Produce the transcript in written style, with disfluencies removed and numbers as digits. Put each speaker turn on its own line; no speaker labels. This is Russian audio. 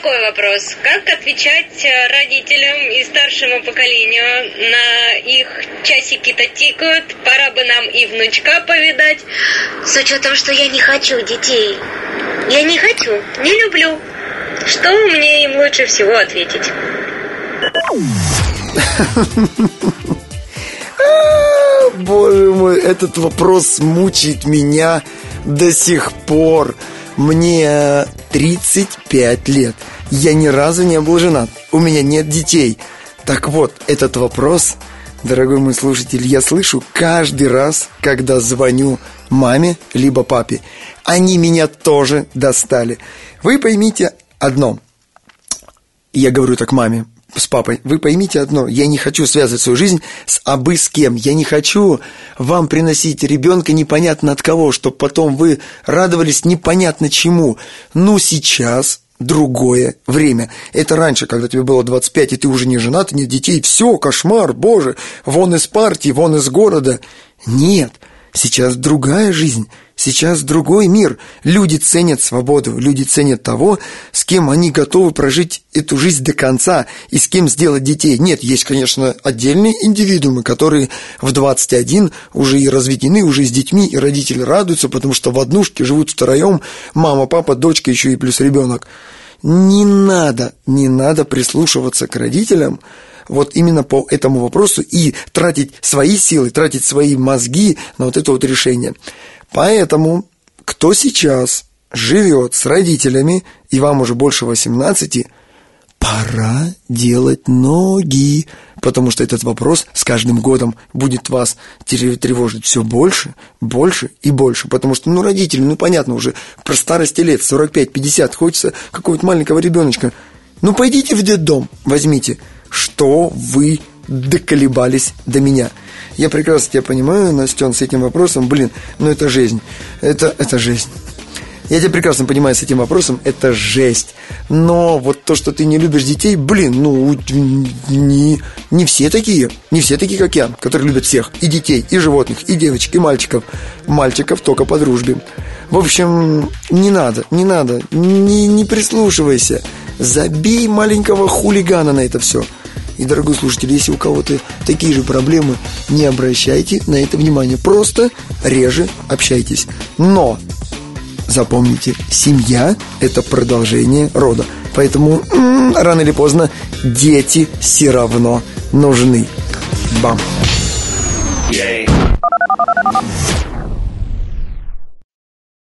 такой вопрос. Как отвечать родителям и старшему поколению? На их часики-то тикают, пора бы нам и внучка повидать. С учетом, что я не хочу детей. Я не хочу, не люблю. Что мне им лучше всего ответить?
Боже мой, этот вопрос мучает меня до сих пор. Мне 35 лет. Я ни разу не был женат. У меня нет детей. Так вот, этот вопрос, дорогой мой слушатель, я слышу каждый раз, когда звоню маме либо папе. Они меня тоже достали. Вы поймите одно. Я говорю так маме с папой. Вы поймите одно. Я не хочу связывать свою жизнь с абы с кем. Я не хочу вам приносить ребенка непонятно от кого, чтобы потом вы радовались непонятно чему. Ну, сейчас другое время. Это раньше, когда тебе было 25, и ты уже не женат, нет детей. Все, кошмар, боже, вон из партии, вон из города. Нет, сейчас другая жизнь. Сейчас другой мир. Люди ценят свободу, люди ценят того, с кем они готовы прожить эту жизнь до конца и с кем сделать детей. Нет, есть, конечно, отдельные индивидуумы, которые в 21 уже и разведены, уже с детьми, и родители радуются, потому что в однушке живут втроем, мама, папа, дочка, еще и плюс ребенок. Не надо прислушиваться к родителям вот именно по этому вопросу и тратить свои силы, тратить свои мозги на вот это вот решение. Поэтому, кто сейчас живет с родителями, и вам уже больше 18, пора делать ноги, потому что этот вопрос с каждым годом будет вас тревожить все больше, больше и больше, потому что, родители, понятно, уже про старости лет, 45-50, хочется какого-то маленького ребеночка. Пойдите в детдом, возьмите, что вы доколебались до меня. Я прекрасно тебя понимаю, Настен, с этим вопросом, это жизнь. Это жизнь. Я тебя прекрасно понимаю с этим вопросом, это жесть. Но вот то, что ты не любишь детей, не все такие. Не все такие, как я, которые любят всех. И детей, и животных, и девочек, и мальчиков. Мальчиков только по дружбе. В общем, не надо, не прислушивайся. Забей маленького хулигана на это все. И, дорогой слушатель, если у кого-то такие же проблемы, не обращайте на это внимания. Просто реже общайтесь. Но запомните, семья – это продолжение рода. Поэтому рано или поздно дети все равно нужны. Бам!